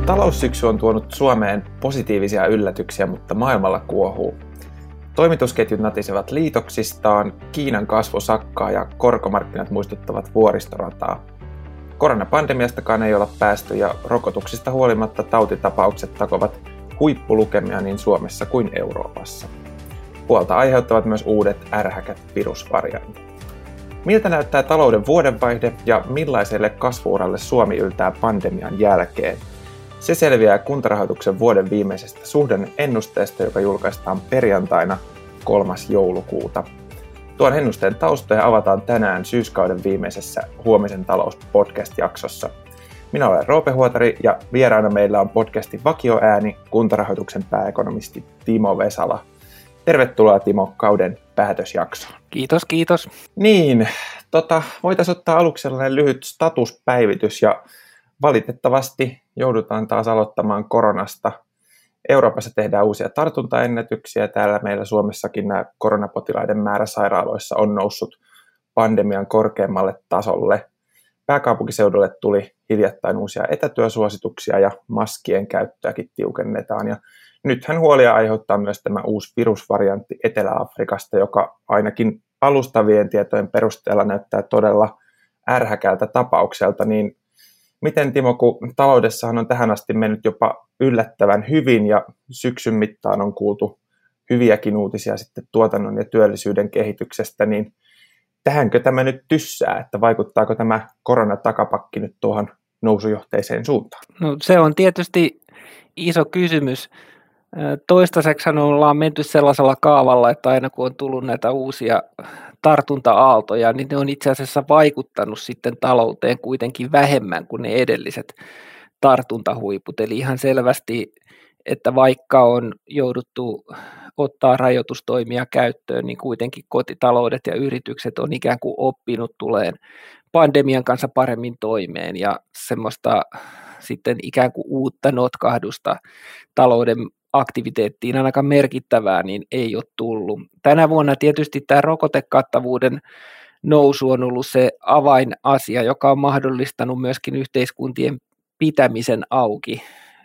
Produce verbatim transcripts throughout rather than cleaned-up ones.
Taloussyksy on tuonut Suomeen positiivisia yllätyksiä, mutta maailmalla kuohuu. Toimitusketjut natisevat liitoksistaan, Kiinan kasvu sakkaa ja korkomarkkinat muistuttavat vuoristorataa. Koronapandemiastakaan ei olla päästy ja rokotuksista huolimatta tautitapaukset takovat huippulukemia niin Suomessa kuin Euroopassa. Huolta aiheuttavat myös uudet ärhäkät virusvariantit. Miltä näyttää talouden vuodenvaihde ja millaiselle kasvu-uralle Suomi yltää pandemian jälkeen? Se selviää Kuntarahoituksen vuoden viimeisestä suhdanne-ennusteesta, joka julkaistaan perjantaina kolmas joulukuuta. Tuon ennusteen taustoja avataan tänään syyskauden viimeisessä Huomisen talous-podcast-jaksossa. Minä olen Roope Huotari ja vieraana meillä on podcastin vakioääni Kuntarahoituksen pääekonomisti Timo Vesala. Tervetuloa Timo kauden päätösjaksoon. Kiitos, kiitos. Niin, tota, voitaisiin ottaa aluksi sellainen lyhyt statuspäivitys ja valitettavasti joudutaan taas aloittamaan koronasta. Euroopassa tehdään uusia tartuntaennätyksiä. Täällä meillä Suomessakin nämä koronapotilaiden määrä sairaaloissa on noussut pandemian korkeammalle tasolle. Pääkaupunkiseudulle tuli hiljattain uusia etätyösuosituksia ja maskien käyttöäkin tiukennetaan. Ja nythän huolia aiheuttaa myös tämä uusi virusvariantti Etelä-Afrikasta, joka ainakin alustavien tietojen perusteella näyttää todella ärhäkältä tapaukselta. Niin miten Timo, kun taloudessahan on tähän asti mennyt jopa yllättävän hyvin ja syksyn mittaan on kuultu hyviäkin uutisia sitten tuotannon ja työllisyyden kehityksestä, niin tähänkö tämä nyt tyssää, että vaikuttaako tämä koronatakapakki nyt tuohon nousujohteiseen suuntaan? No, se on tietysti iso kysymys. Toistaiseksi ollaan menty sellaisella kaavalla, että aina kun on tullut näitä uusia tartunta-aaltoja, niin ne on itse asiassa vaikuttanut sitten talouteen kuitenkin vähemmän kuin ne edelliset tartuntahuiput. Eli ihan selvästi, että vaikka on jouduttu ottaa rajoitustoimia käyttöön, niin kuitenkin kotitaloudet ja yritykset on ikään kuin oppinut tuleen pandemian kanssa paremmin toimeen ja semmoista sitten ikään kuin uutta notkahdusta talouden aktiviteettiin ainakaan merkittävää, niin ei ole tullut. Tänä vuonna tietysti tämä rokotekattavuuden nousu on ollut se avainasia, joka on mahdollistanut myöskin yhteiskuntien pitämisen auki.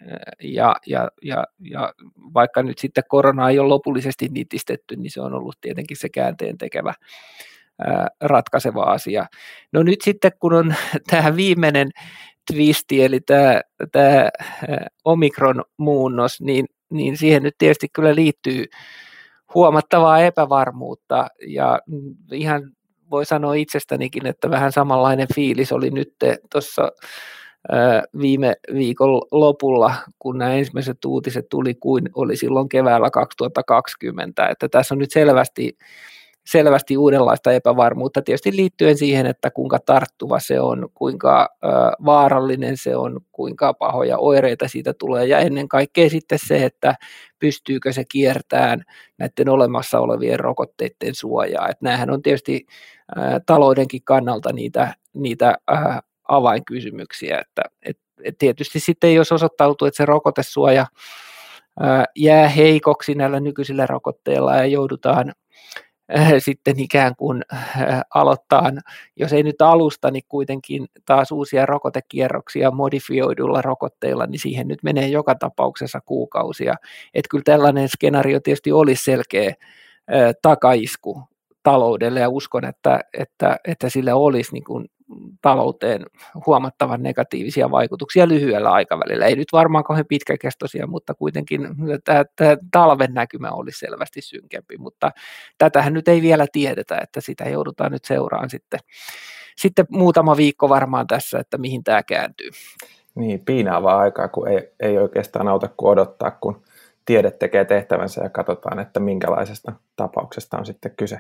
Ja, ja, ja, ja vaikka nyt sitten korona ei ole lopullisesti nitistetty, niin se on ollut tietenkin se käänteen tekevä ää, ratkaiseva asia. No nyt sitten kun on tämä viimeinen twisti, eli tämä, tämä Omikron-muunnos, niin niin siihen nyt tietysti kyllä liittyy huomattavaa epävarmuutta ja ihan voi sanoa itsestänikin, että vähän samanlainen fiilis oli nyt tuossa viime viikon lopulla, kun nämä ensimmäiset uutiset tuli kuin oli silloin keväällä kaksituhattakaksikymmentä, että tässä on nyt selvästi selvästi uudenlaista epävarmuutta tietysti liittyen siihen, että kuinka tarttuva se on, kuinka ö, vaarallinen se on, kuinka pahoja oireita siitä tulee ja ennen kaikkea sitten se, että pystyykö se kiertämään näiden olemassa olevien rokotteiden suojaa. Että näähän on tietysti ö, taloudenkin kannalta niitä, niitä ö, avainkysymyksiä, että et, et tietysti sitten jos osoittautuu, että se rokotesuoja ö, jää heikoksi näillä nykyisillä rokotteilla ja joudutaan sitten ikään kuin aloittaa, jos ei nyt alusta, niin kuitenkin taas uusia rokotekierroksia modifioidulla rokotteilla, niin siihen nyt menee joka tapauksessa kuukausia. Että kyllä tällainen skenaario tietysti olisi selkeä takaisku taloudelle ja uskon, että, että, että sillä olisi niin kuin talouteen huomattavan negatiivisia vaikutuksia lyhyellä aikavälillä. Ei nyt varmaan kauhean pitkäkestoisia, mutta kuitenkin tämä, tämä talven näkymä olisi selvästi synkempi, mutta tätähän nyt ei vielä tiedetä, että sitä joudutaan nyt seuraan sitten, sitten muutama viikko varmaan tässä, että mihin tämä kääntyy. Niin, piinaavaa aikaa, kun ei, ei oikeastaan auta kuin odottaa, kun tiede tekee tehtävänsä ja katsotaan, että minkälaisesta tapauksesta on sitten kyse.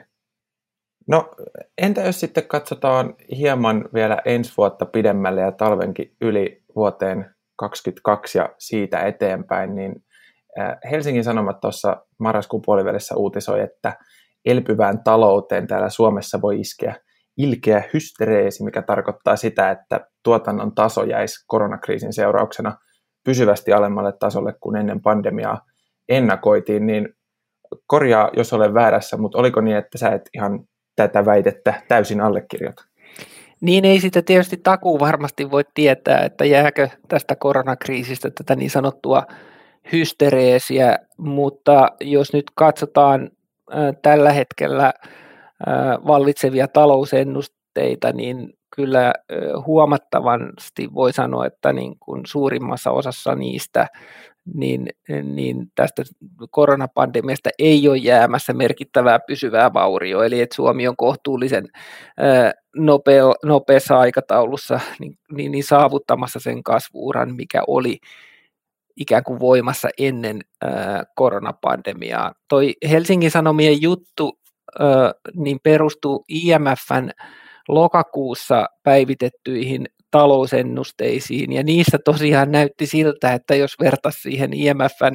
No entä jos sitten katsotaan hieman vielä ensi vuotta pidemmälle ja talvenkin yli vuoteen kaksikymmentäkaksi ja siitä eteenpäin, niin Helsingin Sanomat tuossa marraskuun puolivälissä uutisoi, että elpyvään talouteen täällä Suomessa voi iskeä ilkeä hystereesi, mikä tarkoittaa sitä, että tuotannon taso jäisi koronakriisin seurauksena pysyvästi alemmalle tasolle kuin ennen pandemiaa ennakoitiin, niin korjaa, jos olen väärässä, mutta oliko niin, että sä et ihan tätä väitettä täysin allekirjoita? Niin ei sitä tietysti takuu varmasti voi tietää, että jääkö tästä koronakriisistä tätä niin sanottua hystereesiä, mutta jos nyt katsotaan äh, tällä hetkellä äh, vallitsevia talousennusteita, niin kyllä äh, huomattavasti voi sanoa, että niin kuin suurimmassa osassa niistä niin, niin tästä koronapandemiasta ei ole jäämässä merkittävää pysyvää vaurioa, eli että Suomi on kohtuullisen äh, nopea, nopeassa aikataulussa niin, niin, niin saavuttamassa sen kasvu-uran, mikä oli ikään kuin voimassa ennen ää, koronapandemiaa. Toi Helsingin Sanomien juttu ää, niin perustuu I M F:n lokakuussa päivitettyihin talousennusteisiin, ja niissä tosiaan näytti siltä, että jos vertaisi siihen I M F:n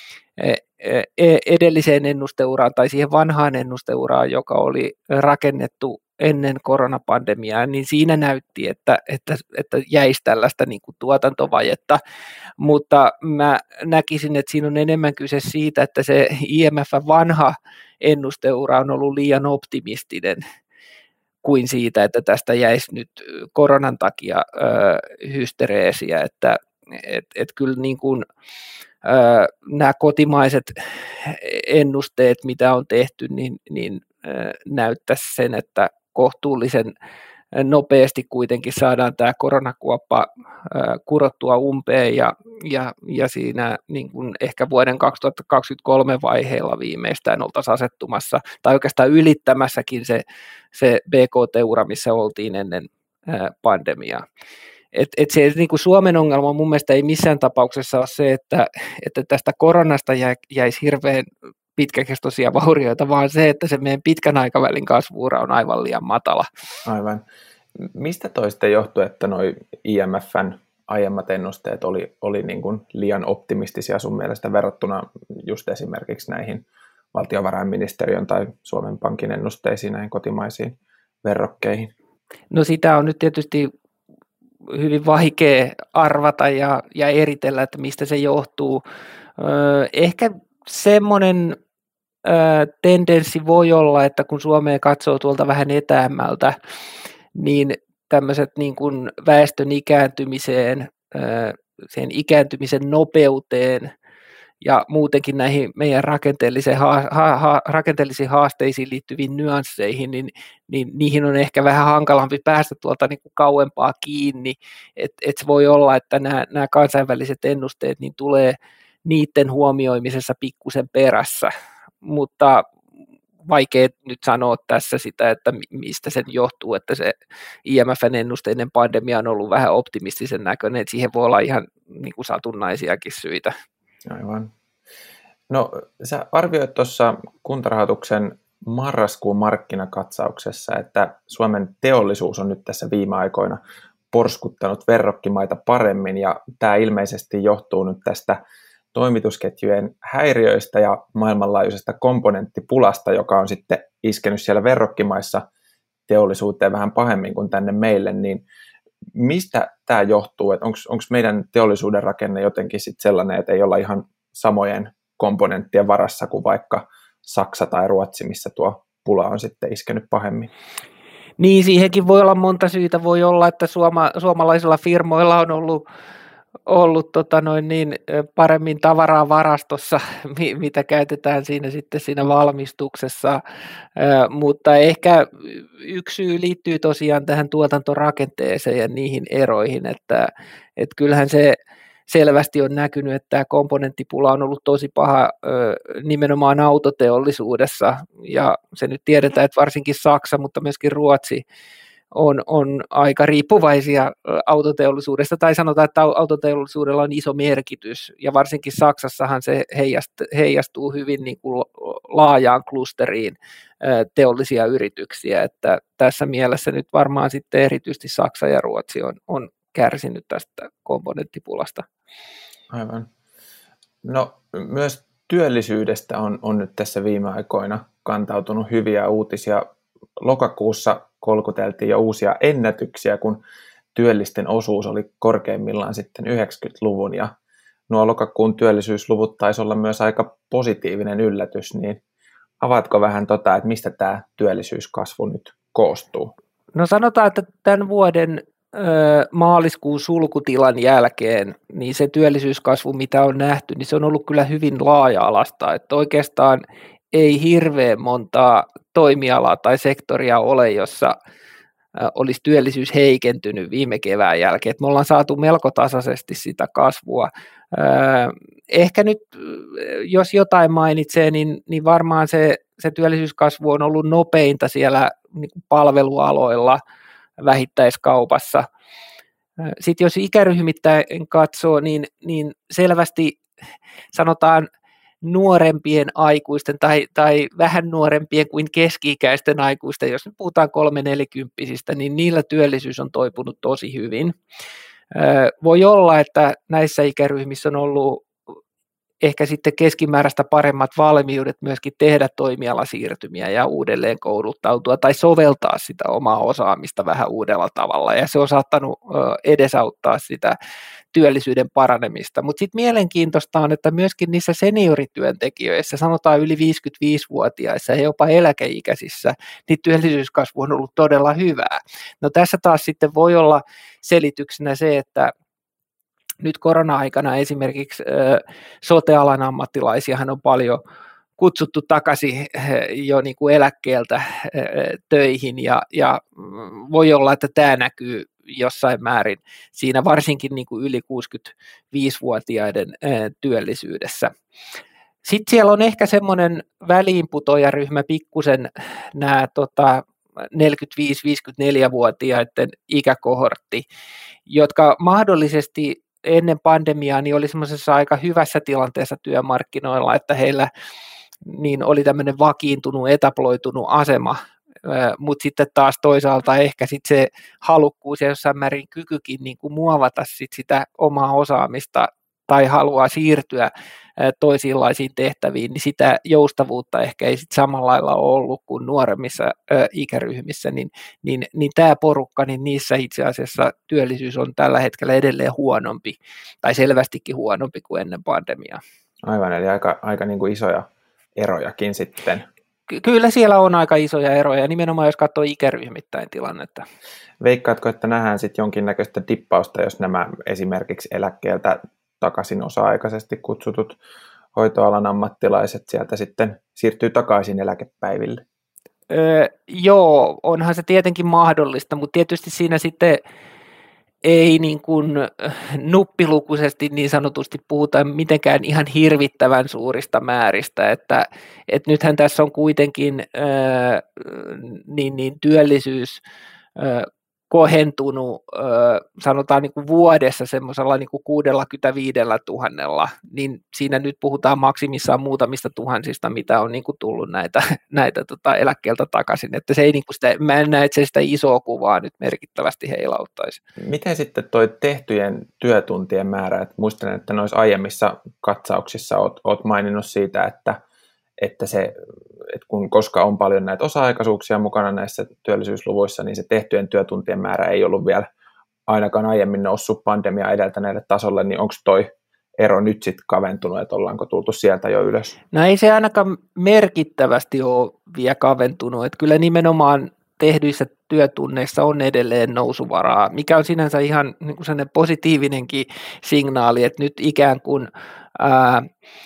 edelliseen ennusteuraan tai siihen vanhaan ennusteuraan, joka oli rakennettu ennen koronapandemiaa, niin siinä näytti, että, että, että jäisi tällaista niin kuin tuotantovajetta, mutta mä näkisin, että siinä on enemmän kyse siitä, että se I M F:n vanha ennusteura on ollut liian optimistinen kuin siitä, että tästä jäisi nyt koronan takia ö, hystereesiä, että et, et kyllä niin kuin Öö, nämä kotimaiset ennusteet, mitä on tehty, niin, niin öö, näyttäisi sen, että kohtuullisen nopeasti kuitenkin saadaan tämä koronakuoppa öö, kurottua umpeen ja, ja, ja siinä niin kuin ehkä vuoden kaksituhattakaksikymmentäkolme vaiheella viimeistään oltaisiin asettumassa tai oikeastaan ylittämässäkin se, se B K T-ura, missä oltiin ennen öö, pandemiaa. Et, et se niin kuin Suomen ongelma mun mielestä ei missään tapauksessa ole se, että, että tästä koronasta jä, jäisi hirveän pitkäkestoisia vaurioita, vaan se, että se meidän pitkän aikavälin kasvu-ura on aivan liian matala. Aivan. Mistä toi sitten johtui, että noi I M F:n aiemmat ennusteet oli, oli niin kuin liian optimistisia sun mielestä verrattuna just esimerkiksi näihin valtiovarainministeriön tai Suomen Pankin ennusteisiin, näihin kotimaisiin verrokkeihin? No sitä on nyt tietysti hyvin vaikea arvata ja, ja eritellä, että mistä se johtuu. Öö, ehkä semmoinen öö, tendenssi voi olla, että kun Suomea katsoo tuolta vähän etäämmältä, niin tämmöiset niin kuin väestön ikääntymiseen, öö, sen ikääntymisen nopeuteen ja muutenkin näihin meidän rakenteellisiin, ha- ha- rakenteellisiin haasteisiin liittyviin nyansseihin, niin, niin niihin on ehkä vähän hankalampi päästä tuolta niin kuin kauempaa kiinni. Et, et se voi olla, että nämä, nämä kansainväliset ennusteet niin tulee niiden huomioimisessa pikkusen perässä, mutta vaikea nyt sanoa tässä sitä, että mistä sen johtuu, että se I M F:n ennusteinen pandemia on ollut vähän optimistisen näköinen, että siihen voi olla ihan niin kuin satunnaisiakin syitä. Aivan. No sä arvioit tuossa Kuntarahoituksen marraskuun markkinakatsauksessa, että Suomen teollisuus on nyt tässä viime aikoina porskuttanut verrokkimaita paremmin, ja tämä ilmeisesti johtuu nyt tästä toimitusketjujen häiriöistä ja maailmanlaajuisesta komponenttipulasta, joka on sitten iskenyt siellä verrokkimaissa teollisuuteen vähän pahemmin kuin tänne meille, niin mistä tämä johtuu? Onko meidän teollisuuden rakenne jotenkin sit sellainen, että ei olla ihan samojen komponenttien varassa kuin vaikka Saksa tai Ruotsi, missä tuo pula on sitten iskenyt pahemmin? Niin, siihenkin voi olla monta syytä. Voi olla, että suoma, suomalaisilla firmoilla on ollut, ollut tota noin niin, paremmin tavaraa varastossa, mitä käytetään siinä sitten siinä valmistuksessa, mutta ehkä yksi syy liittyy tosiaan tähän tuotantorakenteeseen ja niihin eroihin, että, että kyllähän se selvästi on näkynyt, että tämä komponenttipula on ollut tosi paha nimenomaan autoteollisuudessa, ja se nyt tiedetään, että varsinkin Saksa, mutta myöskin Ruotsi on, on aika riippuvaisia autoteollisuudesta, tai sanotaan, että autoteollisuudella on iso merkitys, ja varsinkin Saksassahan se heijastuu hyvin niin kuin laajaan klusteriin teollisia yrityksiä, että tässä mielessä nyt varmaan sitten erityisesti Saksa ja Ruotsi on, on kärsinyt tästä komponenttipulasta. Aivan. No myös työllisyydestä on, on nyt tässä viime aikoina kantautunut hyviä uutisia. Lokakuussa kolkuteltiin jo uusia ennätyksiä, kun työllisten osuus oli korkeimmillaan sitten yhdeksänkymmentäluvun, ja nuo lokakuun työllisyysluvut taisi olla myös aika positiivinen yllätys, niin avaatko vähän tota, että mistä tämä työllisyyskasvu nyt koostuu? No sanotaan, että tämän vuoden ö, maaliskuun sulkutilan jälkeen, niin se työllisyyskasvu, mitä on nähty, niin se on ollut kyllä hyvin laaja-alasta, että oikeastaan ei hirveän montaa toimialaa tai sektoria ole, jossa olisi työllisyys heikentynyt viime kevään jälkeen. Et me ollaan saatu melko tasaisesti sitä kasvua. Ehkä nyt, jos jotain mainitsee, niin, niin varmaan se, se työllisyyskasvu on ollut nopeinta siellä niin kuin palvelualoilla, vähittäiskaupassa. Sitten jos ikäryhmittäin katsoo, niin, niin selvästi sanotaan nuorempien aikuisten tai, tai vähän nuorempien kuin keski-ikäisten aikuisten, jos nyt puhutaan kolme nelikymppisistä, niin niillä työllisyys on toipunut tosi hyvin. Voi olla, että näissä ikäryhmissä on ollut ehkä sitten keskimääräistä paremmat valmiudet myöskin tehdä toimialasiirtymiä ja uudelleen kouluttautua tai soveltaa sitä omaa osaamista vähän uudella tavalla, ja se on saattanut edesauttaa sitä työllisyyden paranemista. Mutta sitten mielenkiintoista on, että myöskin niissä seniorityöntekijöissä, sanotaan yli viisikymmentäviisivuotiaissa ja jopa eläkeikäisissä, niin työllisyyskasvu on ollut todella hyvää. No tässä taas sitten voi olla selityksenä se, että nyt korona-aikana esimerkiksi sote-alan ammattilaisiahan on paljon kutsuttu takaisin jo niin kuin eläkkeeltä töihin, ja, ja voi olla, että tämä näkyy jossain määrin siinä varsinkin niin kuin yli kuusikymmentäviisivuotiaiden työllisyydessä. Sitten siellä on ehkä semmoinen väliinputoajaryhmä, pikkusen nämä tota, neljäkymmentäviisi viisikymmentäneljävuotiaiden ikäkohortti, jotka mahdollisesti ennen pandemiaa niin oli semmoisessa aika hyvässä tilanteessa työmarkkinoilla, että heillä niin oli tämmöinen vakiintunut, etaploitunut asema, mutta sitten taas toisaalta ehkä sit se halukkuus ja jossain määrin kykykin niin kuin muovata sit sitä omaa osaamista tai haluaa siirtyä toisenlaisiin tehtäviin, niin sitä joustavuutta ehkä ei sit samalla lailla ollut kuin nuoremmissa ikäryhmissä, niin, niin, niin tämä porukka, niin niissä itse asiassa työllisyys on tällä hetkellä edelleen huonompi, tai selvästikin huonompi kuin ennen pandemiaa. Aivan, eli aika, aika niin kuin isoja erojakin sitten. Ky- kyllä siellä on aika isoja eroja, nimenomaan jos katsoo ikäryhmittäin tilannetta. Veikkaatko, että nähdään sitten jonkinnäköistä dippausta, jos nämä esimerkiksi eläkkeeltä takaisin osa-aikaisesti kutsutut hoitoalan ammattilaiset sieltä sitten siirtyy takaisin eläkepäiville? Öö, joo, onhan se tietenkin mahdollista, mutta tietysti siinä sitten ei niin kuin nuppilukuisesti niin sanotusti puhuta mitenkään ihan hirvittävän suurista määristä, että, että nythän tässä on kuitenkin öö, niin, niin työllisyys öö, kohentunut, sanotaan niin kuin vuodessa semmoisella niin kuin kuusikymmentäviisituhatta, niin siinä nyt puhutaan maksimissaan muutamista tuhansista, mitä on niin kuin tullut näitä, näitä tota eläkkeeltä takaisin, että se ei niin kuin sitä, mä en näe, että se sitä isoa kuvaa nyt merkittävästi heilauttaisi. Miten sitten toi tehtyjen työtuntien määrä, että muistan, että noissa aiemmissa katsauksissa oot, oot maininnut siitä, että että se, että kun koska on paljon näitä osa-aikaisuuksia mukana näissä työllisyysluvuissa, niin se tehtyjen työtuntien määrä ei ollut vielä ainakaan aiemmin noussut pandemia edeltäneelle tasolle, niin onko toi ero nyt sitten kaventunut, että ollaanko tultu sieltä jo ylös? No ei se ainakaan merkittävästi ole vielä kaventunut, että kyllä nimenomaan tehdyissä työtunneissa on edelleen nousuvaraa, mikä on sinänsä ihan niin kuin sellainen positiivinenkin signaali, että nyt ikään kuin ää,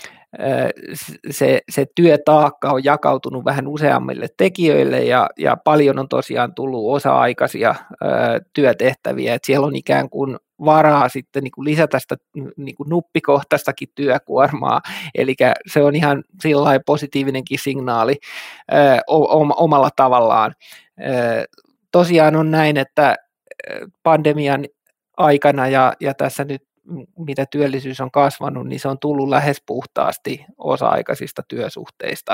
Se, se työtaakka on jakautunut vähän useammille tekijöille, ja, ja paljon on tosiaan tullut osa-aikaisia ö, työtehtäviä, että siellä on ikään kuin varaa sitten niin kuin lisätä sitä niin kuin nuppikohtaistakin työkuormaa, eli se on ihan sillain positiivinenkin signaali ö, omalla tavallaan. Ö, tosiaan on näin, että pandemian aikana ja, ja tässä nyt mitä työllisyys on kasvanut, niin se on tullut lähes puhtaasti osa-aikaisista työsuhteista.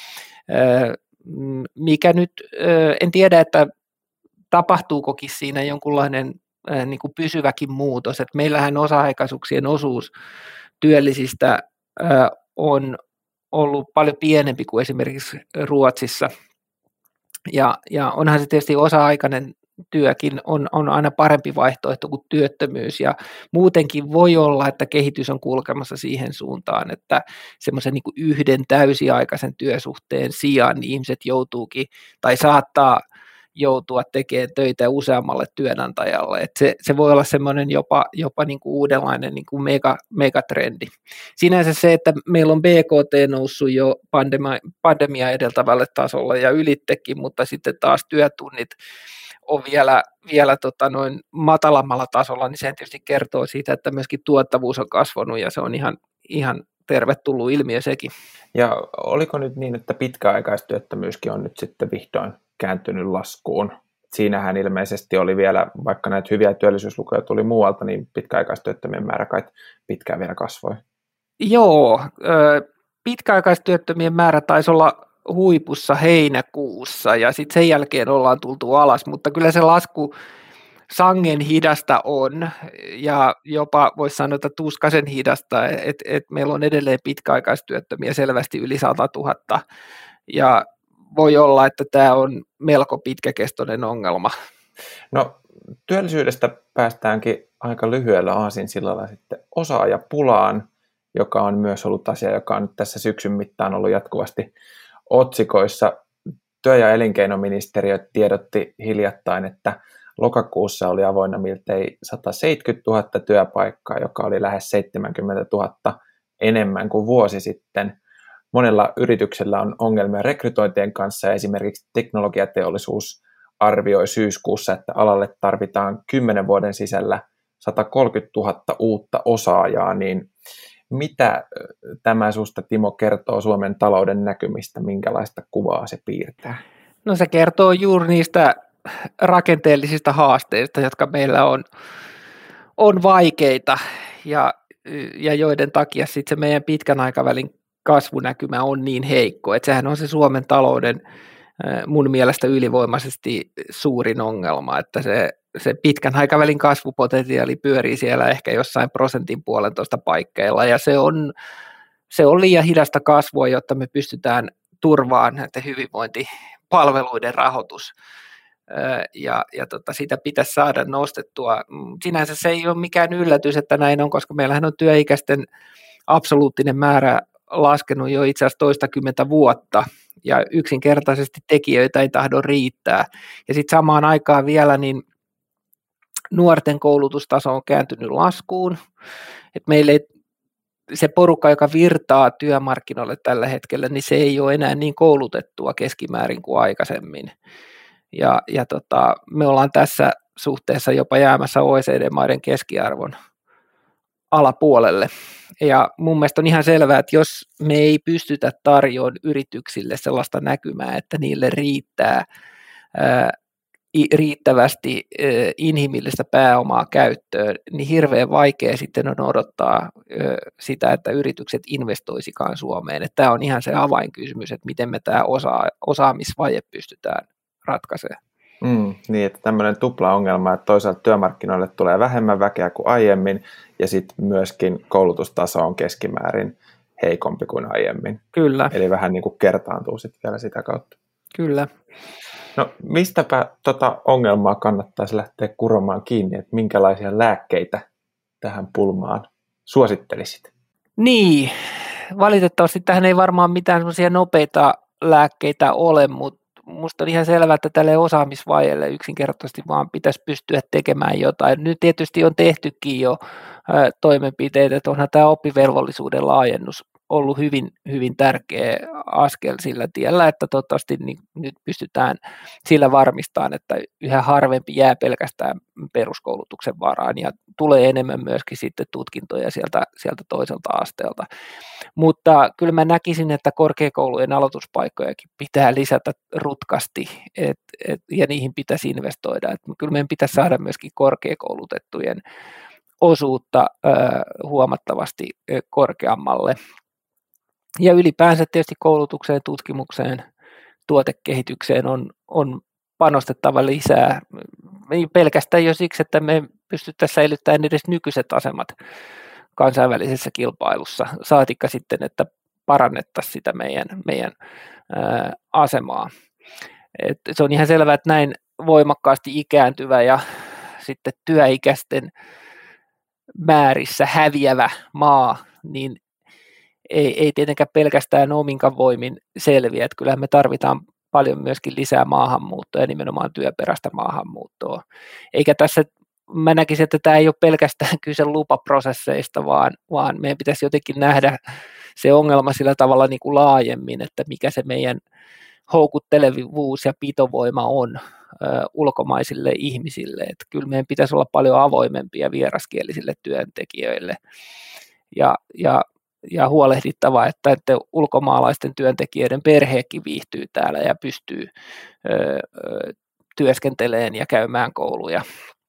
Mikä nyt, en tiedä, että tapahtuukokin siinä jonkunlainen niin kuin pysyväkin muutos, että meillähän osa-aikaisuuksien osuus työllisistä on ollut paljon pienempi kuin esimerkiksi Ruotsissa, ja, ja onhan se tietysti osa-aikainen työkin on, on aina parempi vaihtoehto kuin työttömyys, ja muutenkin voi olla, että kehitys on kulkemassa siihen suuntaan, että semmoisen niin kuin yhden täysiaikaisen työsuhteen sijaan niin ihmiset joutuukin tai saattaa joutua tekemään töitä useammalle työnantajalle. Et se, se voi olla semmoinen jopa, jopa niin kuin uudenlainen niin kuin mega, megatrendi. Sinänsä se, että meillä on B K T noussut jo pandemia, pandemia edeltävälle tasolle ja ylittekin, mutta sitten taas työtunnit on vielä, vielä tota noin matalammalla tasolla, niin se tietysti kertoo siitä, että myöskin tuottavuus on kasvanut ja se on ihan, ihan tervetullut ilmiö sekin. Ja oliko nyt niin, että pitkäaikaistyöttömyyskin on nyt sitten vihdoin kääntynyt laskuun? Siinähän ilmeisesti oli vielä, vaikka näitä hyviä työllisyyslukuja tuli muualta, niin pitkäaikaistyöttömien määrä kai pitkään vielä kasvoi. Joo, pitkäaikaistyöttömien määrä taisi olla huipussa heinäkuussa ja sitten sen jälkeen ollaan tultu alas, mutta kyllä se lasku sangen hidasta on ja jopa voisi sanoa, että tuskaisen hidasta, että et meillä on edelleen pitkäaikaistyöttömiä selvästi yli sata tuhatta ja voi olla, että tämä on melko pitkäkestoinen ongelma. No työllisyydestä päästäänkin aika lyhyellä aasinsillalla sitten osaajapulaan, joka on myös ollut asia, joka on nyt tässä syksyn mittaan ollut jatkuvasti otsikoissa. Työ- ja elinkeinoministeriö tiedotti hiljattain, että lokakuussa oli avoinna miltei sata seitsemänkymmentätuhatta työpaikkaa, joka oli lähes seitsemänkymmentätuhatta enemmän kuin vuosi sitten. Monella yrityksellä on ongelmia rekrytointien kanssa ja esimerkiksi teknologiateollisuus arvioi syyskuussa, että alalle tarvitaan kymmenen vuoden sisällä sata kolmekymmentätuhatta uutta osaajaa, niin mitä tämä susta, Timo, kertoo Suomen talouden näkymistä, minkälaista kuvaa se piirtää? No se kertoo juuri niistä rakenteellisista haasteista, jotka meillä on, on vaikeita ja, ja joiden takia sitten se meidän pitkän aikavälin kasvunäkymä on niin heikko, että sehän on se Suomen talouden mun mielestä ylivoimaisesti suurin ongelma, että se, se pitkän aikavälin kasvupotentiaali pyörii siellä ehkä jossain prosentin puolentoista paikkeilla ja se on, se on liian hidasta kasvua, jotta me pystytään turvaamaan näiden hyvinvointipalveluiden rahoitus. Ja, ja tota, sitä pitäisi saada nostettua. Sinänsä se ei ole mikään yllätys, että näin on, koska meillähän on työikäisten absoluuttinen määrä laskenut jo itse asiassa toistakymmentä vuotta, ja yksinkertaisesti tekijöitä ei tahdo riittää. Ja sitten samaan aikaan vielä niin nuorten koulutustaso on kääntynyt laskuun, että meillä ei, se porukka, joka virtaa työmarkkinoille tällä hetkellä, niin se ei ole enää niin koulutettua keskimäärin kuin aikaisemmin. Ja, ja tota, me ollaan tässä suhteessa jopa jäämässä O E C D-maiden keskiarvon alapuolelle. Ja mun mielestä on ihan selvää, että jos me ei pystytä tarjoamaan yrityksille sellaista näkymää, että niille riittää ää, riittävästi ää, inhimillistä pääomaa käyttöön, niin hirveän vaikea sitten on odottaa ää, sitä, että yritykset investoisikaan Suomeen. Että tämä on ihan se avainkysymys, että miten me tämä osa- osaamisvaje pystytään ratkaisemaan. Mm, niin, että tämmöinen tupla ongelma, että toisaalta työmarkkinoille tulee vähemmän väkeä kuin aiemmin, ja sitten myöskin koulutustaso on keskimäärin heikompi kuin aiemmin. Kyllä. Eli vähän niin kuin kertaantuu sitten vielä sitä kautta. Kyllä. No mistäpä tota ongelmaa kannattaisi lähteä kuromaan kiinni, että minkälaisia lääkkeitä tähän pulmaan suosittelisit? Niin, valitettavasti tähän ei varmaan mitään semmoisia nopeita lääkkeitä ole, mutta musta on ihan selvää, että tälle osaamisvajeelle yksinkertaisesti vaan pitäisi pystyä tekemään jotain. Nyt tietysti on tehtykin jo toimenpiteitä, että onhan tämä oppivelvollisuuden laajennus ollut hyvin, hyvin tärkeä askel sillä tiellä, että toivottavasti niin nyt pystytään sillä varmistamaan, että yhä harvempi jää pelkästään peruskoulutuksen varaan ja tulee enemmän myöskin sitten tutkintoja sieltä, sieltä toiselta asteelta. Mutta kyllä mä näkisin, että korkeakoulujen aloituspaikkojakin pitää lisätä rutkasti et, et, ja niihin pitäisi investoida. Et kyllä meidän pitäisi saada myöskin korkeakoulutettujen osuutta ö, huomattavasti korkeammalle. Ja ylipäänsä tietysti koulutukseen, tutkimukseen, tuotekehitykseen on, on panostettava lisää. Ei pelkästään jo siksi, että me pystyttäisiin säilyttämään edes nykyiset asemat kansainvälisessä kilpailussa, saatikka sitten, että parannettaisiin sitä meidän, meidän ää, asemaa. Et se on ihan selvää, että näin voimakkaasti ikääntyvä ja sitten työikäisten määrissä häviävä maa, niin ei, ei tietenkään pelkästään ominkaan voimin selviä, että kyllähän me tarvitaan paljon myöskin lisää maahanmuuttoa ja nimenomaan työperäistä maahanmuuttoa. Eikä tässä, mä näkisin, että tämä ei ole pelkästään kyse lupaprosesseista, vaan, vaan meidän pitäisi jotenkin nähdä se ongelma sillä tavalla niin kuin laajemmin, että mikä se meidän houkuttelevuus ja pitovoima on ö, ulkomaisille ihmisille. Että kyllä meidän pitäisi olla paljon avoimempia vieraskielisille työntekijöille ja, ja, ja huolehdittava, että, että ulkomaalaisten työntekijöiden perheekin viihtyy täällä ja pystyy ö, ö, työskentelemään ja käymään kouluja.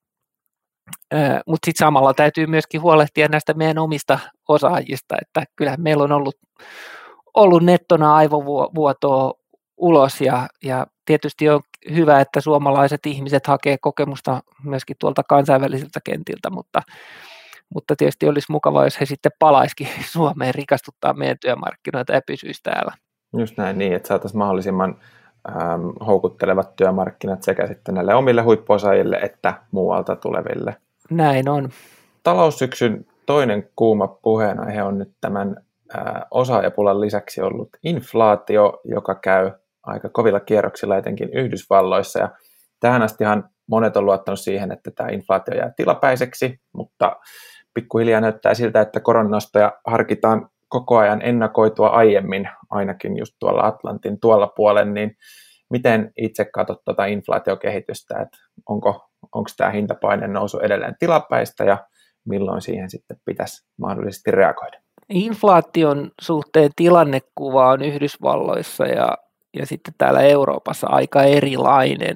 Mutta sitten samalla täytyy myöskin huolehtia näistä meidän omista osaajista, että kyllähän meillä on ollut, ollut nettona aivovuotoa ulos ja, ja tietysti on hyvä, että suomalaiset ihmiset hakee kokemusta myöskin tuolta kansainvälisiltä kentiltä, mutta, mutta tietysti olisi mukavaa, jos he sitten palaisikin Suomeen rikastuttaa meidän työmarkkinoita ja pysyisi täällä. Just näin niin, että saataisiin mahdollisimman ähm, houkuttelevat työmarkkinat sekä sitten näille omille huippuosaajille että muualta tuleville. Näin on. Taloussyksyn toinen kuuma puheenaihe on nyt tämän äh, osaajapulan lisäksi ollut inflaatio, joka käy aika kovilla kierroksilla etenkin Yhdysvalloissa. Ja tähän astihan monet on luottanut siihen, että tämä inflaatio jää tilapäiseksi, mutta pikkuhiljaa näyttää siltä, että koronanostoja harkitaan koko ajan ennakoitua aiemmin, ainakin just tuolla Atlantin tuolla puolen, niin miten itse katsot tuota inflaatiokehitystä, että onko, onko tämä hintapaineen nousu edelleen tilapäistä ja milloin siihen sitten pitäisi mahdollisesti reagoida? Inflaation suhteen tilannekuva on Yhdysvalloissa ja, ja sitten täällä Euroopassa aika erilainen.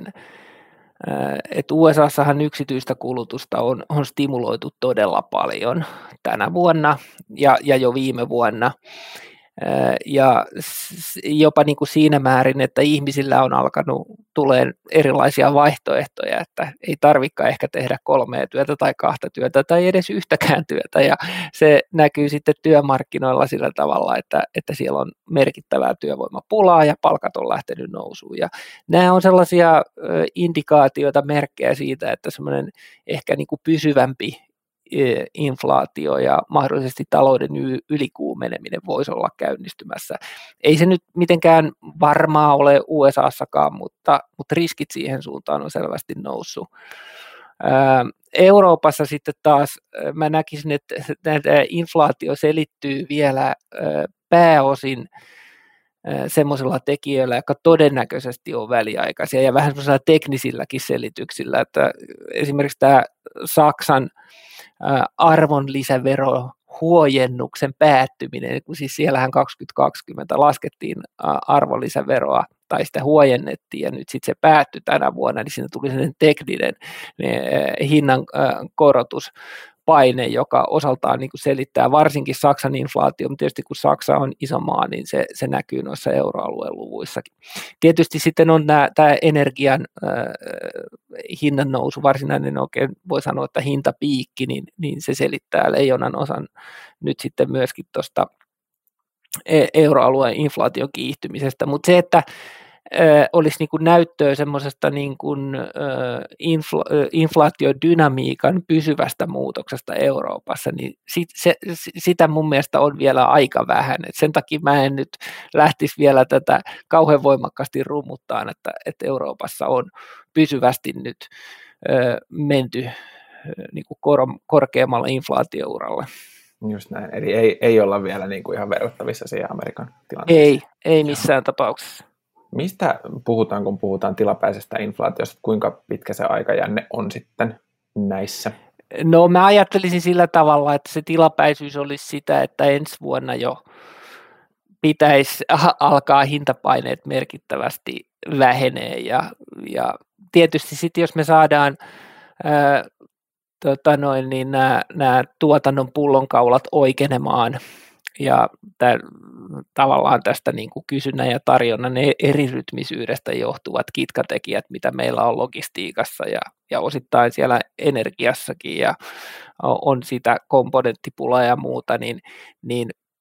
Et U S A:ssahan yksityistä kulutusta on, on stimuloitu todella paljon tänä vuonna ja, ja jo viime vuonna. Ja jopa niin kuin siinä määrin, että ihmisillä on alkanut tulemaan erilaisia vaihtoehtoja, että ei tarvitsekaan ehkä tehdä kolmea työtä tai kahta työtä tai edes yhtäkään työtä. Ja se näkyy sitten työmarkkinoilla sillä tavalla, että, että siellä on merkittävää työvoimapulaa ja palkat on lähtenyt nousuun. Ja nämä on sellaisia indikaatioita, merkkejä siitä, että semmoinen ehkä niin kuin pysyvämpi inflaatio ja mahdollisesti talouden ylikuumeneminen voisi olla käynnistymässä. Ei se nyt mitenkään varmaa ole U S A:ssakaan, mutta, mutta riskit siihen suuntaan on selvästi noussut. Euroopassa sitten taas mä näkisin, että inflaatio selittyy vielä pääosin semmoisilla tekijöillä, jotka todennäköisesti on väliaikaisia ja vähän semmoisilla teknisilläkin selityksillä, että esimerkiksi tämä Saksan arvonlisäverohuojennuksen päättyminen, kun siis siellähän kaksituhattakaksikymmentä laskettiin arvonlisäveroa tai sitä huojennettiin ja nyt sitten se päättyi tänä vuonna, niin siinä tuli sellainen tekninen hinnan korotus. Paine, joka osaltaan niin kuin selittää varsinkin Saksan inflaatio, mutta tietysti kun Saksa on iso maa, niin se, se näkyy noissa euroalueen luvuissakin. Tietysti sitten on nämä, tämä energian äh, hinnan nousu, varsinainen oikein voi sanoa, että hintapiikki, niin, niin se selittää leijonan osan nyt sitten myöskin tuosta euroalueen inflaation kiihtymisestä, mutta se, että olisi niin kuin näyttöä semmoisesta niin kuin infla- inflaatiodynamiikan pysyvästä muutoksesta Euroopassa, niin sit, se, sitä mun mielestä on vielä aika vähän. Et sen takia mä en nyt lähtisi vielä tätä kauhean voimakkaasti rummuttaa, että, että Euroopassa on pysyvästi nyt ö, menty ö, niin kuin kor- korkeammalle inflaatiouralle. Just näin, eli ei, ei olla vielä niin kuin ihan verrattavissa siihen Amerikan tilanteeseen. Ei, ei missään tapauksessa. Mistä puhutaan, kun puhutaan tilapäisestä inflaatiosta? Kuinka pitkä se aikajänne on sitten näissä? No mä ajattelisin sillä tavalla, että se tilapäisyys olisi sitä, että ensi vuonna jo pitäisi alkaa hintapaineet merkittävästi vähenee. Ja, ja tietysti sitten jos me saadaan ää, tota noin, niin nämä, nämä tuotannon pullonkaulat oikenemaan, ja tämän, tavallaan tästä niin kuin kysynnän ja tarjonnan erirytmisyydestä johtuvat kitkatekijät, mitä meillä on logistiikassa ja, ja osittain siellä energiassakin ja on sitä komponenttipulaa ja muuta, niin, niin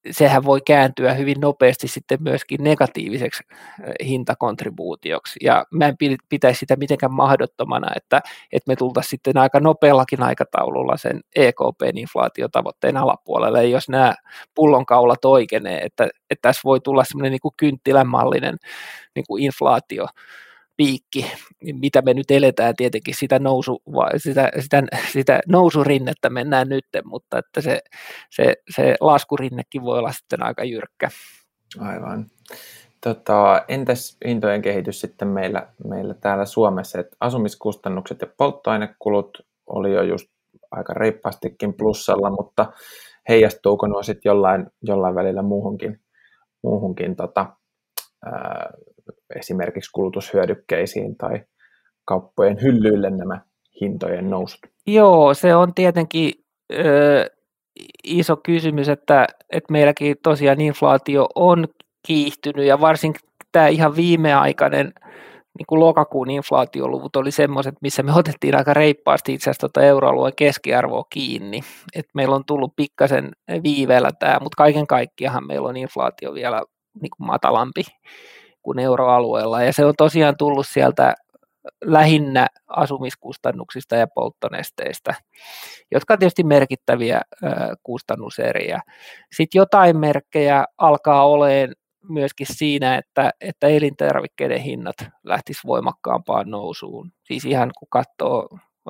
sehän voi kääntyä hyvin nopeasti sitten myöskin negatiiviseksi hintakontribuutioksi. Ja mä en pitäisi sitä mitenkään mahdottomana, että, että me tultaisiin sitten aika nopeallakin aikataululla sen E K P:n inflaatiotavoitteen alapuolelle, jos nämä pullonkaulat oikeenee, että, että tässä voi tulla semmoinen niin kuin kynttilänmallinen niin kuin inflaatio, piikki, mitä me nyt eletään tietenkin sitä, nousu, sitä, sitä, sitä nousurinnettä mennään nyt, mutta että se, se, se laskurinnekin voi olla sitten aika jyrkkä. Aivan. Tota, entäs hintojen kehitys sitten meillä, meillä täällä Suomessa, että asumiskustannukset ja polttoainekulut oli jo just aika reippaastikin plussalla, mutta heijastuuko nuo sitten jollain, jollain välillä muuhunkin, muuhunkin tota, ää, esimerkiksi kulutushyödykkeisiin tai kauppojen hyllyille nämä hintojen nousut? Joo, se on tietenkin ö, iso kysymys, että, että meilläkin tosiaan inflaatio on kiihtynyt ja varsinkin tämä ihan viimeaikainen niin kuin lokakuun inflaatioluvut oli semmoiset, missä me otettiin aika reippaasti itse asiassa tuota euroalueen keskiarvoa kiinni. Et meillä on tullut pikkasen viiveellä tämä, mutta kaiken kaikkiaan meillä on inflaatio vielä niin kuin matalampi kuin euroalueella, ja se on tosiaan tullut sieltä lähinnä asumiskustannuksista ja polttonesteistä, jotka on tietysti merkittäviä ö, kustannuseriä. Sitten jotain merkkejä alkaa olemaan myöskin siinä, että, että elintarvikkeiden hinnat lähtisivät voimakkaampaan nousuun. Siis ihan kun katsoo ö,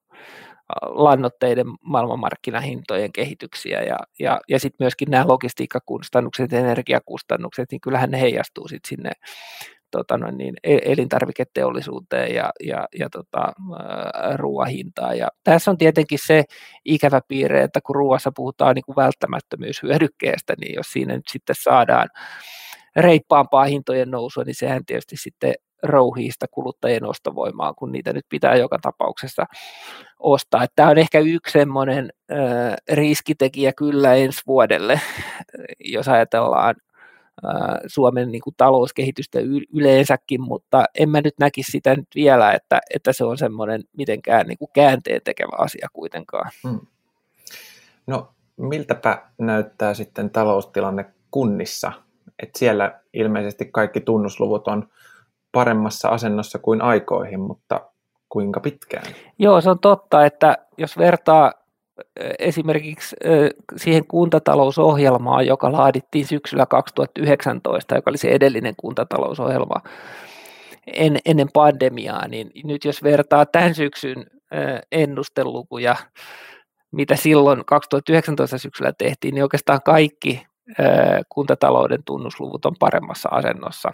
lannoitteiden maailmanmarkkinahintojen kehityksiä ja, ja, ja sitten myöskin nämä logistiikkakustannukset, energiakustannukset, niin kyllähän ne heijastuu sitten sinne tota noin niin, elintarviketeollisuuteen ja, ja, ja tota, ruoahintaan. Ja tässä on tietenkin se ikävä piirre, että kun ruoassa puhutaan niin kuin välttämättömyyshyödykkeestä, niin jos siinä nyt sitten saadaan reippaampaa hintojen nousua, niin sehän tietysti sitten rouhii sitä kuluttajien ostovoimaa, kun niitä nyt pitää joka tapauksessa ostaa. Tämä on ehkä yksi semmoinen äh, riskitekijä kyllä ensi vuodelle, jos ajatellaan äh, Suomen niin kuin talouskehitystä yleensäkin, mutta en mä nyt näkisi sitä nyt vielä, että, että se on semmoinen mitenkään niin kuin käänteen tekevä asia kuitenkaan. Hmm. No miltäpä näyttää sitten taloustilanne kunnissa? Et siellä ilmeisesti kaikki tunnusluvut on paremmassa asennossa kuin aikoihin, mutta kuinka pitkään? Joo, se on totta, että jos vertaa esimerkiksi siihen kuntatalousohjelmaan, joka laadittiin syksyllä kaksituhattayhdeksäntoista, joka oli se edellinen kuntatalousohjelma en, ennen pandemiaa, niin nyt jos vertaa tämän syksyn ennustelukuja, mitä silloin kaksituhattayhdeksäntoista syksyllä tehtiin, niin oikeastaan kaikki kuntatalouden tunnusluvut on paremmassa asennossa.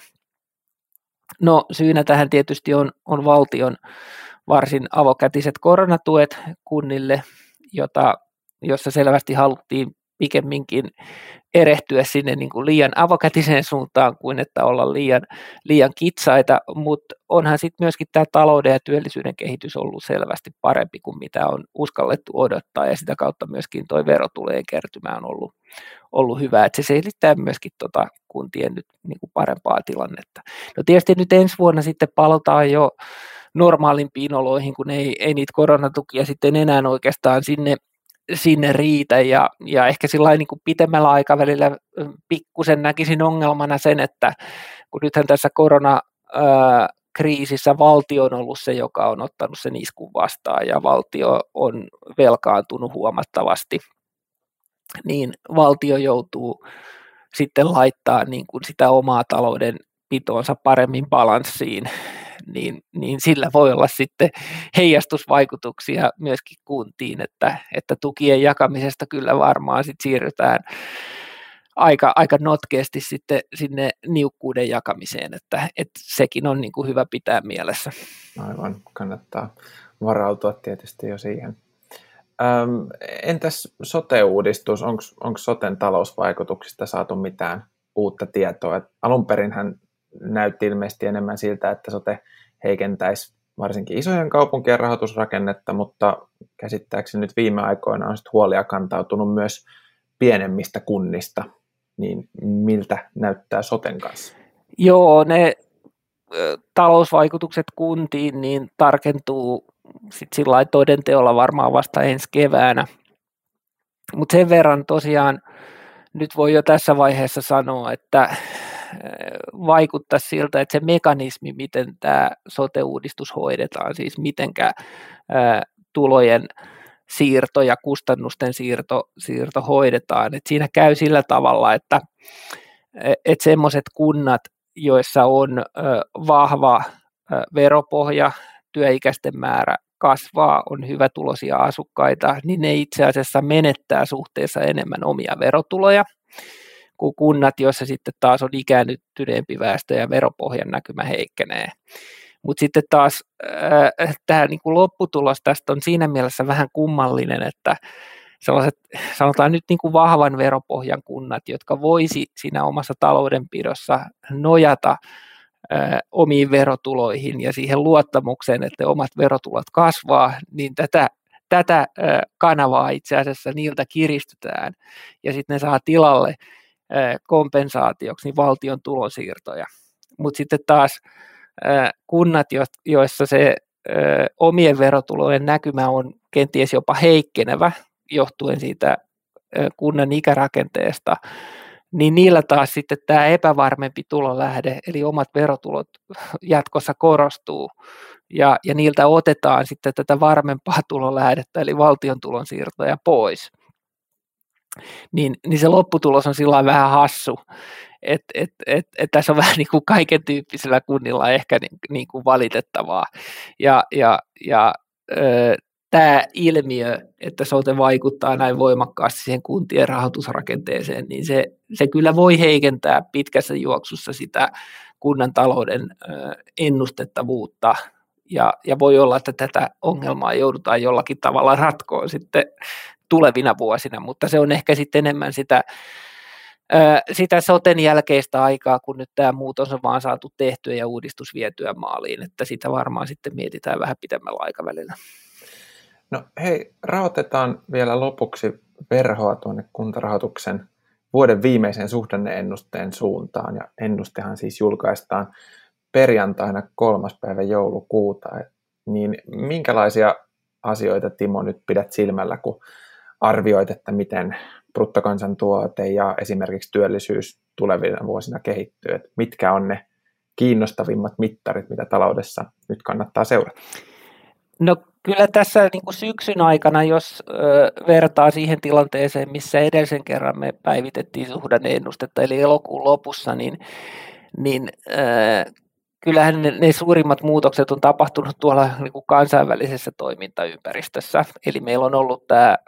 No syynä tähän tietysti on, on valtion varsin avokätiset koronatuet kunnille, jota, jossa selvästi haluttiin pikemminkin erehtyä sinne niin kuin liian avokätiseen suuntaan kuin että olla liian, liian kitsaita, mutta onhan sitten myöskin tämä talouden ja työllisyyden kehitys ollut selvästi parempi kuin mitä on uskallettu odottaa, ja sitä kautta myöskin tuo verotulojen kertymä on ollut, ollut hyvä, että se selittää myöskin tota kuntien nyt niin kuin parempaa tilannetta. No tietysti nyt ensi vuonna sitten palataan jo normaalimpiin oloihin, kun ei, ei niitä koronatukia sitten enää oikeastaan sinne sinne riitä, ja, ja ehkä sillä niin kuin pitemmällä aikavälillä pikkusen näkisin ongelmana sen, että kun nythän tässä koronakriisissä valtio on ollut se, joka on ottanut sen iskun vastaan, ja valtio on velkaantunut huomattavasti, niin valtio joutuu sitten laittaa niin kuin sitä omaa talouden pitoonsa paremmin balanssiin, Niin, niin sillä voi olla sitten heijastusvaikutuksia myöskin kuntiin, että, että tukien jakamisesta kyllä varmaan sit siirrytään aika, aika notkeasti sitten sinne niukkuuden jakamiseen, että, että sekin on niin kuin hyvä pitää mielessä. Aivan, kannattaa varautua tietysti jo siihen. Öm, entäs sote-uudistus, onko soten talousvaikutuksista saatu mitään uutta tietoa? Et alun perinhän näytti ilmeisesti enemmän siltä, että sote heikentäisi varsinkin isojen kaupunkien rahoitusrakennetta, mutta käsittääkseni nyt viime aikoina on huolia kantautunut myös pienemmistä kunnista, niin miltä näyttää soten kanssa? Joo, ne ö, talousvaikutukset kuntiin niin tarkentuu sit sillä lailla todenteolla varmaan vasta ensi keväänä, mutta sen verran tosiaan nyt voi jo tässä vaiheessa sanoa, että vaikuttaa siltä, että se mekanismi, miten tämä sote-uudistus hoidetaan, siis mitenkä tulojen siirto ja kustannusten siirto, siirto hoidetaan, että siinä käy sillä tavalla, että, että semmoiset kunnat, joissa on vahva veropohja, työikäisten määrä kasvaa, on hyvätuloisia asukkaita, niin ne itse asiassa menettää suhteessa enemmän omia verotuloja kuin kunnat, joissa sitten taas on ikääntyneempi väestö ja veropohjan näkymä heikkenee. Mutta sitten taas äh, tämä niinku lopputulos tästä on siinä mielessä vähän kummallinen, että sellaiset, sanotaan nyt niinku vahvan veropohjan kunnat, jotka voisi siinä omassa taloudenpidossa nojata äh, omiin verotuloihin ja siihen luottamukseen, että omat verotulot kasvaa, niin tätä, tätä äh, kanavaa itse asiassa niiltä kiristetään ja sitten ne saa tilalle äh, kompensaatioksi niin valtion tulonsiirtoja. Mutta sitten taas kunnat, joissa se omien verotulojen näkymä on kenties jopa heikkenevä johtuen siitä kunnan ikärakenteesta, niin niillä taas sitten tämä epävarmempi tulolähde, eli omat verotulot jatkossa korostuu, ja, ja niiltä otetaan sitten tätä varmempaa tulolähdettä, eli valtion tulonsiirtoja pois. Niin, niin se lopputulos on sillä vähän hassu, että et, et, et tässä on vähän niin kuin kaiken tyyppisillä kunnilla ehkä niin, niin kuin valitettavaa. Ja, ja, ja tämä ilmiö, että sote vaikuttaa näin voimakkaasti siihen kuntien rahoitusrakenteeseen, niin se, se kyllä voi heikentää pitkässä juoksussa sitä kunnan talouden ö, ennustettavuutta. Ja, ja voi olla, että tätä ongelmaa joudutaan jollakin tavalla ratkoon sitten tulevina vuosina, mutta se on ehkä sitten enemmän sitä, ää, sitä soten jälkeistä aikaa, kun nyt tämä muutos on vaan saatu tehtyä ja uudistus vietyä maaliin, että sitä varmaan sitten mietitään vähän pidemmällä aikavälillä. No hei, rahoitetaan vielä lopuksi verhoa tuonne kuntarahoituksen vuoden viimeisen suhdanneennusteen suuntaan, ja ennustehan siis julkaistaan perjantaina kolmas päivä joulukuuta, niin minkälaisia asioita, Timo, nyt pidät silmällä, kun arvioit, että miten bruttokansantuote ja esimerkiksi työllisyys tulevina vuosina kehittyy, että mitkä on ne kiinnostavimmat mittarit, mitä taloudessa nyt kannattaa seurata? No kyllä tässä niin kuin syksyn aikana, jos ö, vertaa siihen tilanteeseen, missä edellisen kerran me päivitettiin suhdanneennustetta, eli elokuun lopussa, niin, niin ö, kyllähän ne, ne suurimmat muutokset on tapahtunut tuolla niin kuin kansainvälisessä toimintaympäristössä, eli meillä on ollut tämä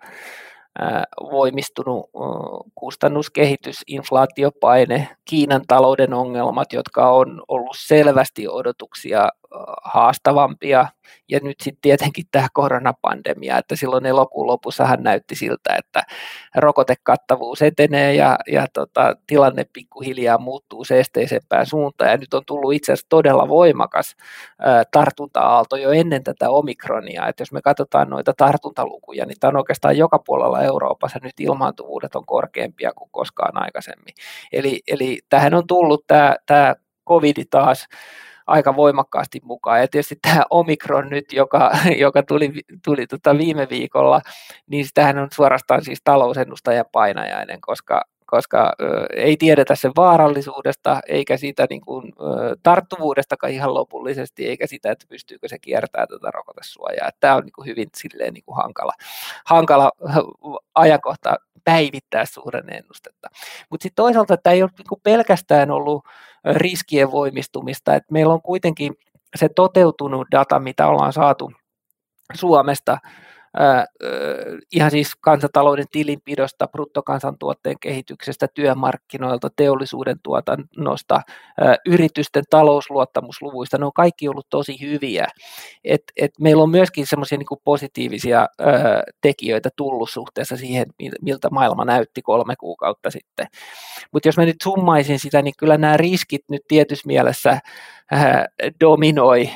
ää, voimistunut ää, kustannuskehitys, inflaatiopaine, Kiinan talouden ongelmat, jotka on ollut selvästi odotuksia ää, haastavampia, ja nyt sitten tietenkin tämä koronapandemia, että silloin elokuun lopussahan näytti siltä, että rokotekattavuus etenee ja, ja tota, tilanne pikkuhiljaa muuttuu seesteisempään suuntaan, ja nyt on tullut itse asiassa todella voimakas ää, tartunta-aalto jo ennen tätä omikronia, että jos me katsotaan noita tartuntalukuja, niin tämä on oikeastaan joka puolella Euroopassa nyt ilmaantuvuudet on korkeampia kuin koskaan aikaisemmin, eli, eli tähän on tullut tämä, tämä covid taas aika voimakkaasti mukaan. Ja tietysti tämä Omikron nyt, joka, joka tuli, tuli tota viime viikolla, niin sitähän on suorastaan siis talousennustaja painajainen, koska, koska ö, ei tiedetä sen vaarallisuudesta, eikä siitä niin kuin, ö, tarttuvuudestakaan ihan lopullisesti, eikä sitä, että pystyykö se kiertämään tätä rokotesuojaa. Tämä on niin kuin hyvin silleen, niin kuin hankala, hankala ajankohta päivittää suhdanneennustetta. Mutta sitten toisaalta tämä ei ole niinku pelkästään ollut riskien voimistumista, että meillä on kuitenkin se toteutunut data, mitä ollaan saatu Suomesta, ää, ihan siis kansantalouden tilinpidosta, bruttokansantuotteen kehityksestä, työmarkkinoilta, teollisuuden tuotannosta, ää, yritysten talousluottamusluvuista, ne on kaikki ollut tosi hyviä. Et, et meillä on myöskin semmoisia niinku positiivisia ää, tekijöitä tullut suhteessa siihen, miltä maailma näytti kolme kuukautta sitten. Mutta jos mä nyt summaisin sitä, niin kyllä nämä riskit nyt tietyssä mielessä ää, dominoi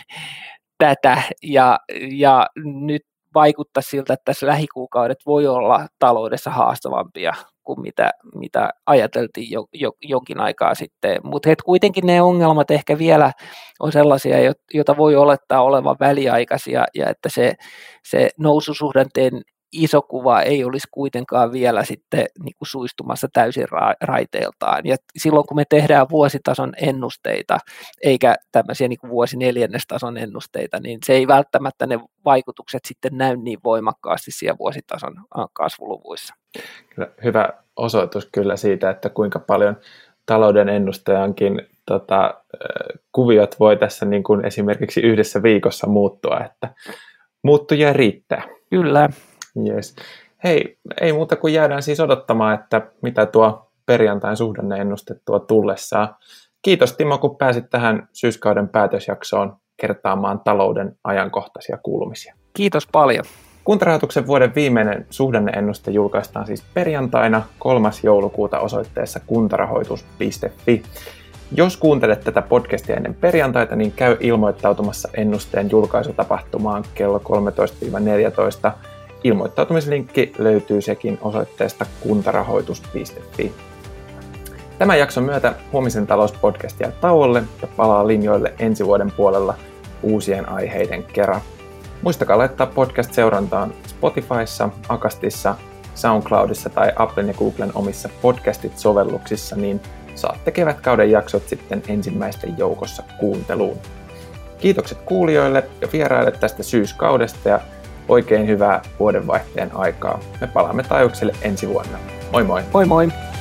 tätä, ja, ja nyt vaikuttaa siltä, että tässä lähikuukaudet voi olla taloudessa haastavampia kuin mitä, mitä ajateltiin jo, jo, jonkin aikaa sitten. Mutta kuitenkin ne ongelmat ehkä vielä on sellaisia, joita voi olettaa olevan väliaikaisia, ja että se, se noususuhdanteen iso kuva ei olisi kuitenkaan vielä sitten niin kuin suistumassa täysin ra- raiteiltaan. Ja silloin kun me tehdään vuositason ennusteita, eikä tämmöisiä niin kuin vuosineljännestäson ennusteita, niin se ei välttämättä ne vaikutukset sitten näy niin voimakkaasti siellä vuositason kasvuluvuissa. Kyllä, hyvä osoitus kyllä siitä, että kuinka paljon talouden ennustajankin tota, kuviot voi tässä niin kuin esimerkiksi yhdessä viikossa muuttua, että muuttujia riittää. Kyllä. Yes. Hei, ei muuta kuin jäädään siis odottamaan, että mitä tuo perjantain suhdanneennuste tuo tullessaan. Kiitos Timo, kun pääsit tähän syyskauden päätösjaksoon kertaamaan talouden ajankohtaisia kuulumisia. Kiitos paljon. Kuntarahoituksen vuoden viimeinen suhdanneennuste julkaistaan siis perjantaina kolmas joulukuuta osoitteessa kuntarahoitus piste fi. Jos kuuntelet tätä podcastia ennen perjantaita, niin käy ilmoittautumassa ennusteen julkaisutapahtumaan kello kolmetoista neljätoista. Ilmoittautumislinkki löytyy sekin osoitteesta kuntarahoitus piste fi. Tämän jakson myötä Huomisen talouspodcast jää tauolle ja palaa linjoille ensi vuoden puolella uusien aiheiden kerran. Muistakaa laittaa podcast seurantaan Spotifyssa, Acastissa, SoundCloudissa tai Applen ja Googlen omissa podcastit-sovelluksissa, niin saatte kevätkauden jaksot sitten ensimmäisten joukossa kuunteluun. Kiitokset kuulijoille ja vieraille tästä syyskaudesta ja oikein hyvää vuodenvaihteen aikaa. Me palaamme taajuukselle ensi vuonna. Moi moi! Moi moi!